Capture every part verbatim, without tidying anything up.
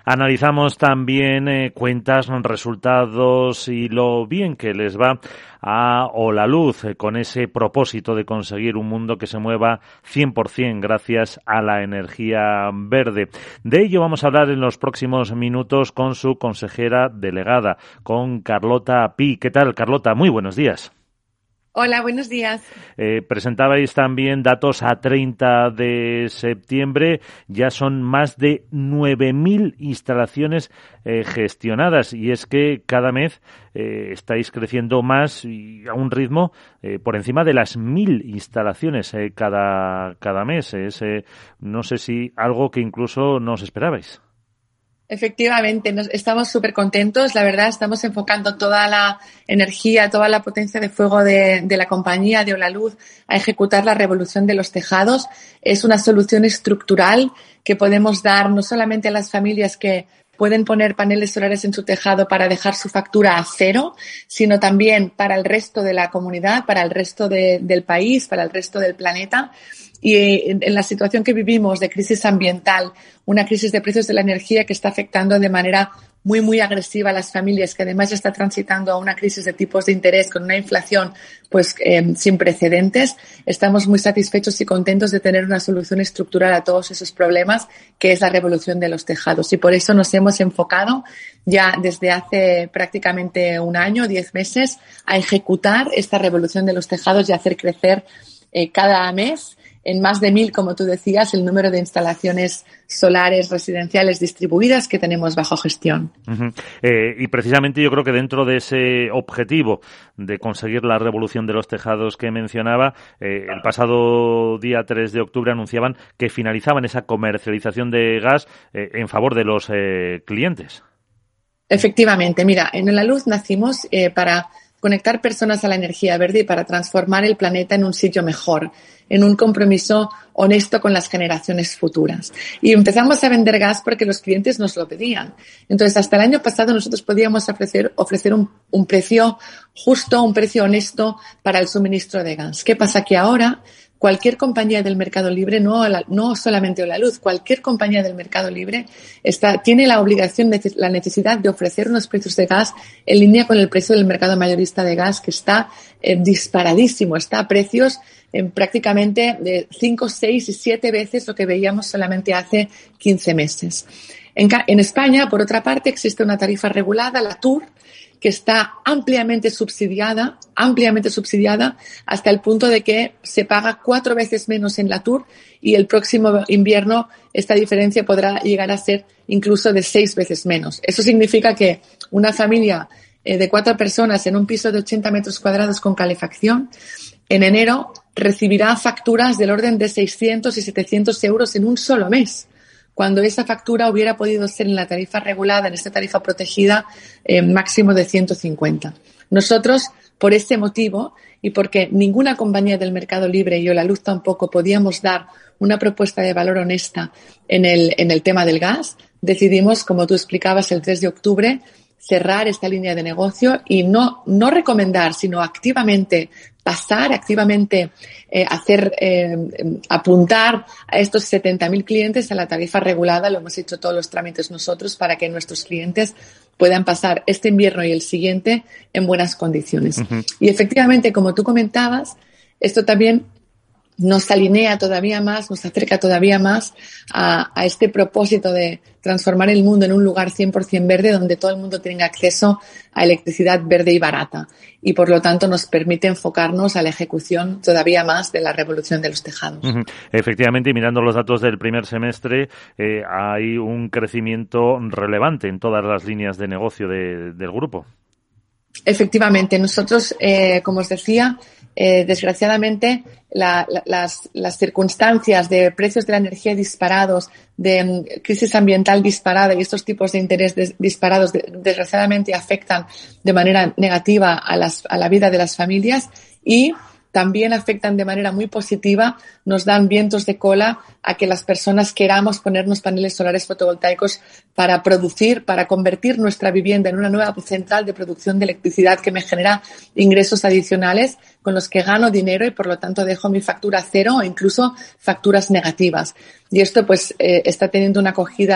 Analizamos también eh, cuentas, resultados y lo bien que les va a Holaluz eh, con ese propósito de conseguir un mundo que se mueva cien por ciento gracias a la energía verde. De ello vamos a hablar en los próximos minutos con su consejera delegada, con Carlota Pi. ¿Qué tal, Carlota? Muy buenos días. Hola, buenos días. Eh, presentabais también datos a treinta de septiembre. Ya son más de nueve mil instalaciones eh, gestionadas y es que cada mes eh, estáis creciendo más y a un ritmo eh, por encima de las mil instalaciones eh, cada, cada mes. Es, eh, no sé si algo que incluso no os esperabais. Efectivamente, nos, estamos súper contentos. La verdad, estamos enfocando toda la energía, toda la potencia de fuego de, de la compañía de Holaluz a ejecutar la revolución de los tejados. Es una solución estructural que podemos dar no solamente a las familias que pueden poner paneles solares en su tejado para dejar su factura a cero, sino también para el resto de la comunidad, para el resto de, del país, para el resto del planeta. Y en la situación que vivimos de crisis ambiental, una crisis de precios de la energía que está afectando de manera muy, muy agresiva a las familias, que además está transitando a una crisis de tipos de interés con una inflación pues eh, sin precedentes, estamos muy satisfechos y contentos de tener una solución estructural a todos esos problemas, que es la revolución de los tejados. Y por eso nos hemos enfocado ya desde hace prácticamente un año, diez meses, a ejecutar esta revolución de los tejados y hacer crecer eh, cada mes en más de mil, como tú decías, el número de instalaciones solares residenciales distribuidas que tenemos bajo gestión. Uh-huh. Eh, y precisamente yo creo que dentro de ese objetivo de conseguir la revolución de los tejados que mencionaba, eh, el pasado día tres de octubre anunciaban que finalizaban esa comercialización de gas eh, en favor de los eh, clientes. Efectivamente. Mira, en Holaluz nacimos eh, para conectar personas a la energía verde y para transformar el planeta en un sitio mejor, en un compromiso honesto con las generaciones futuras. Y empezamos a vender gas porque los clientes nos lo pedían. Entonces, hasta el año pasado nosotros podíamos ofrecer, ofrecer un, un precio justo, un precio honesto para el suministro de gas. ¿Qué pasa? Que ahora cualquier compañía del mercado libre, no, no solamente Holaluz, cualquier compañía del mercado libre está, tiene la obligación, la necesidad de ofrecer unos precios de gas en línea con el precio del mercado mayorista de gas, que está eh, disparadísimo, está a precios en prácticamente de cinco, seis y siete veces lo que veíamos solamente hace quince meses. En, en España, por otra parte, existe una tarifa regulada, la T U R, que está ampliamente subsidiada, ampliamente subsidiada hasta el punto de que se paga cuatro veces menos en la T U R y el próximo invierno esta diferencia podrá llegar a ser incluso de seis veces menos. Eso significa que una familia eh, de cuatro personas en un piso de ochenta metros cuadrados con calefacción, en enero recibirá facturas del orden de seiscientos y setecientos euros en un solo mes, cuando esa factura hubiera podido ser en la tarifa regulada, en esta tarifa protegida, eh, máximo de ciento cincuenta. Nosotros, por este motivo, y porque ninguna compañía del mercado libre y Holaluz tampoco podíamos dar una propuesta de valor honesta en el, en el tema del gas, decidimos, como tú explicabas, el tres de octubre, cerrar esta línea de negocio y no, no recomendar, sino activamente pasar, activamente eh, hacer, eh, apuntar a estos setenta mil clientes a la tarifa regulada. Lo hemos hecho todos los trámites nosotros para que nuestros clientes puedan pasar este invierno y el siguiente en buenas condiciones. Uh-huh. Y efectivamente, como tú comentabas, esto también nos alinea todavía más, nos acerca todavía más a, a este propósito de transformar el mundo en un lugar cien por ciento verde donde todo el mundo tenga acceso a electricidad verde y barata. Y por lo tanto nos permite enfocarnos a la ejecución todavía más de la revolución de los tejados. Uh-huh. Efectivamente, y mirando los datos del primer semestre, eh, hay un crecimiento relevante en todas las líneas de negocio de, del grupo. Efectivamente, nosotros, eh, como os decía, eh, desgraciadamente la, la, las, las circunstancias de precios de la energía disparados, de um, crisis ambiental disparada y estos tipos de interés des, disparados de, desgraciadamente afectan de manera negativa a, las, a la vida de las familias y también afectan de manera muy positiva, nos dan vientos de cola a que las personas queramos ponernos paneles solares fotovoltaicos para producir, para convertir nuestra vivienda en una nueva central de producción de electricidad que me genera ingresos adicionales con los que gano dinero y por lo tanto dejo mi factura cero o incluso facturas negativas. Y esto pues eh, está teniendo una acogida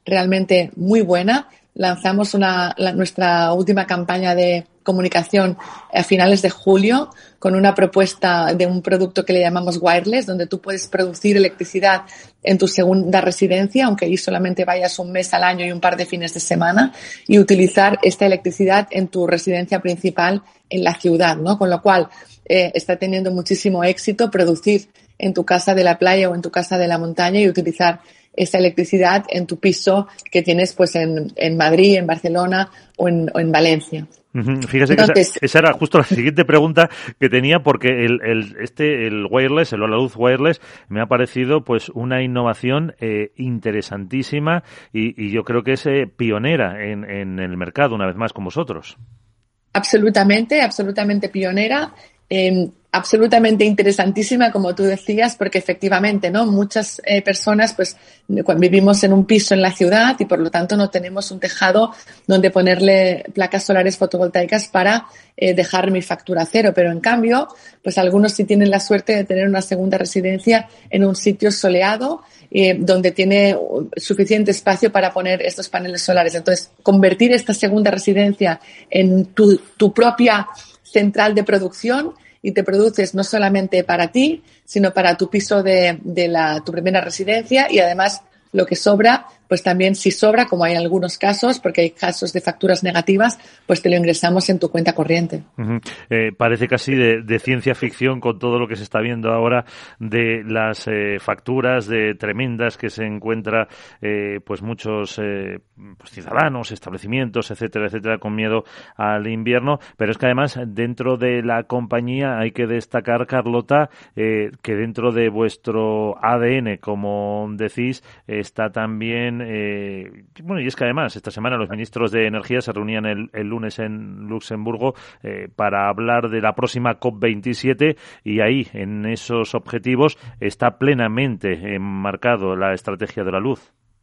realmente muy buena. Lanzamos una, la, nuestra última campaña de comunicación a finales de julio con una propuesta de un producto que le llamamos wireless, donde tú puedes producir electricidad en tu segunda residencia, aunque ahí solamente vayas un mes al año y un par de fines de semana, y utilizar esta electricidad en tu residencia principal en la ciudad, ¿no? Con lo cual eh, está teniendo muchísimo éxito producir en tu casa de la playa o en tu casa de la montaña y utilizar esa electricidad en tu piso que tienes pues en, en Madrid, en Barcelona o en, o en Valencia. Uh-huh. Fíjese que Entonces, esa, esa era justo la siguiente pregunta que tenía, porque el, el este el wireless, el Holaluz wireless, me ha parecido pues una innovación eh, interesantísima y, y yo creo que es eh, pionera en, en el mercado, una vez más con vosotros. Absolutamente, absolutamente pionera. Eh, absolutamente interesantísima, como tú decías, porque efectivamente, ¿no? Muchas eh, personas, pues, vivimos en un piso en la ciudad y por lo tanto no tenemos un tejado donde ponerle placas solares fotovoltaicas para eh, dejar mi factura cero. Pero en cambio, pues algunos sí tienen la suerte de tener una segunda residencia en un sitio soleado, eh, donde tiene suficiente espacio para poner estos paneles solares. Entonces, convertir esta segunda residencia en tu, tu propia central de producción y te produces no solamente para ti, sino para tu piso de, de la, tu primera residencia y además lo que sobra, pues también si sobra, como hay en algunos casos, porque hay casos de facturas negativas, pues te lo ingresamos en tu cuenta corriente. Uh-huh. Eh, parece casi de, de ciencia ficción con todo lo que se está viendo ahora de las eh, facturas de tremendas que se encuentra eh, pues muchos eh, pues ciudadanos, establecimientos, etcétera, etcétera, con miedo al invierno. Pero es que además dentro de la compañía hay que destacar, Carlota, eh, que dentro de vuestro A D N, como decís, está también Eh, bueno, y es que además esta semana los ministros de Energía se reunían el, el lunes en Luxemburgo eh, para hablar de la próxima COP veintisiete y ahí, en esos objetivos, está plenamente enmarcado la estrategia de la luz.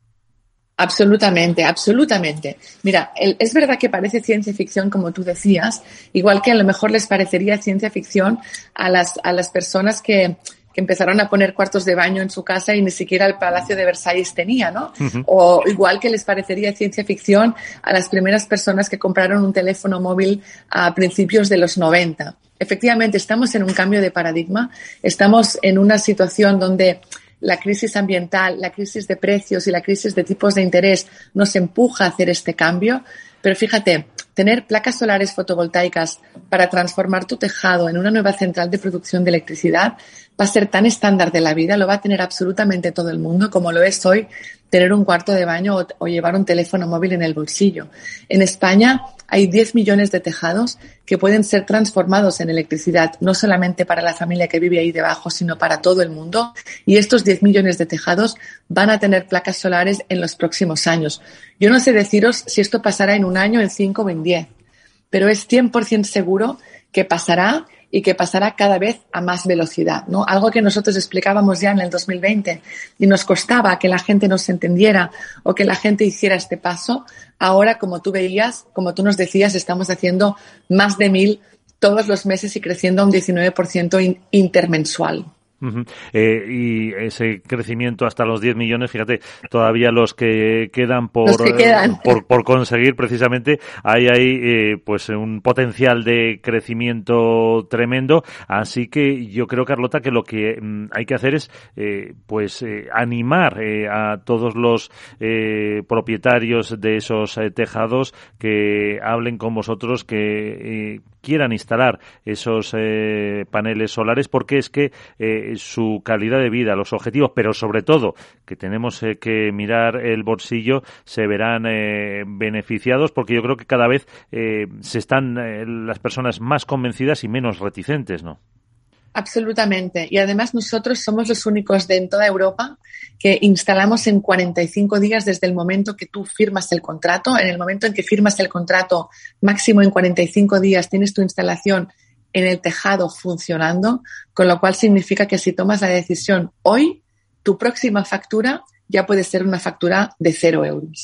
Absolutamente, absolutamente. Mira, el, es verdad que parece ciencia ficción, como tú decías, igual que a lo mejor les parecería ciencia ficción a las, a las personas que que empezaron a poner cuartos de baño en su casa y ni siquiera el Palacio de Versalles tenía, ¿no? Uh-huh. O igual que les parecería ciencia ficción a las primeras personas que compraron un teléfono móvil a principios de los noventa. Efectivamente, estamos en un cambio de paradigma, estamos en una situación donde la crisis ambiental, la crisis de precios y la crisis de tipos de interés nos empuja a hacer este cambio. Pero fíjate, tener placas solares fotovoltaicas para transformar tu tejado en una nueva central de producción de electricidad va a ser tan estándar de la vida, lo va a tener absolutamente todo el mundo, como lo es hoy tener un cuarto de baño o, o llevar un teléfono móvil en el bolsillo. En España hay diez millones de tejados que pueden ser transformados en electricidad, no solamente para la familia que vive ahí debajo, sino para todo el mundo. Y estos diez millones de tejados van a tener placas solares en los próximos años. Yo no sé deciros si esto pasará en un año, en cinco o en diez, pero es cien por ciento seguro que pasará y que pasará cada vez a más velocidad, ¿no? Algo que nosotros explicábamos ya en el dos mil veinte y nos costaba que la gente nos entendiera o que la gente hiciera este paso. Ahora, como tú veías, como tú nos decías, estamos haciendo más de mil todos los meses y creciendo a un diecinueve por ciento in- intermensual. Uh-huh. Eh, y ese crecimiento hasta los diez millones, fíjate, todavía los que quedan por los que quedan. Eh, por, por conseguir precisamente, hay ahí eh, pues un potencial de crecimiento tremendo, así que yo creo, Carlota, que lo que mm, hay que hacer es eh, pues eh, animar eh, a todos los eh, propietarios de esos eh, tejados que hablen con vosotros, que eh, quieran instalar esos eh, paneles solares, porque es que eh, su calidad de vida, los objetivos, pero sobre todo que tenemos eh, que mirar el bolsillo, se verán eh, beneficiados, porque yo creo que cada vez eh, se están eh, las personas más convencidas y menos reticentes, ¿no? Absolutamente. Y además nosotros somos los únicos de en toda Europa que instalamos en cuarenta y cinco días desde el momento que tú firmas el contrato. En el momento en que firmas el contrato, máximo en cuarenta y cinco días tienes tu instalación en el tejado funcionando, con lo cual significa que si tomas la decisión hoy, tu próxima factura ya puede ser una factura de cero euros.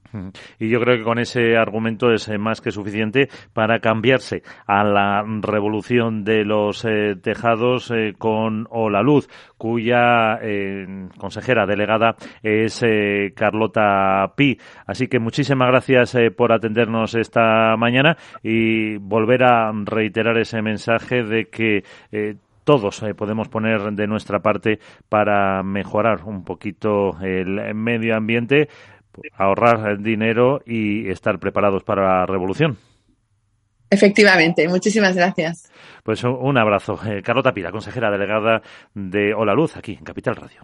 Y yo creo que con ese argumento es más que suficiente para cambiarse a la revolución de los eh, tejados eh, con Holaluz, cuya eh, consejera delegada es eh, Carlota Pi. Así que muchísimas gracias eh, por atendernos esta mañana y volver a reiterar ese mensaje de que eh, todos eh, podemos poner de nuestra parte para mejorar un poquito el medio ambiente, ahorrar dinero y estar preparados para la revolución. Efectivamente, muchísimas gracias. Pues un abrazo. Eh, Carlota Pi, consejera delegada de Holaluz, aquí en Capital Radio.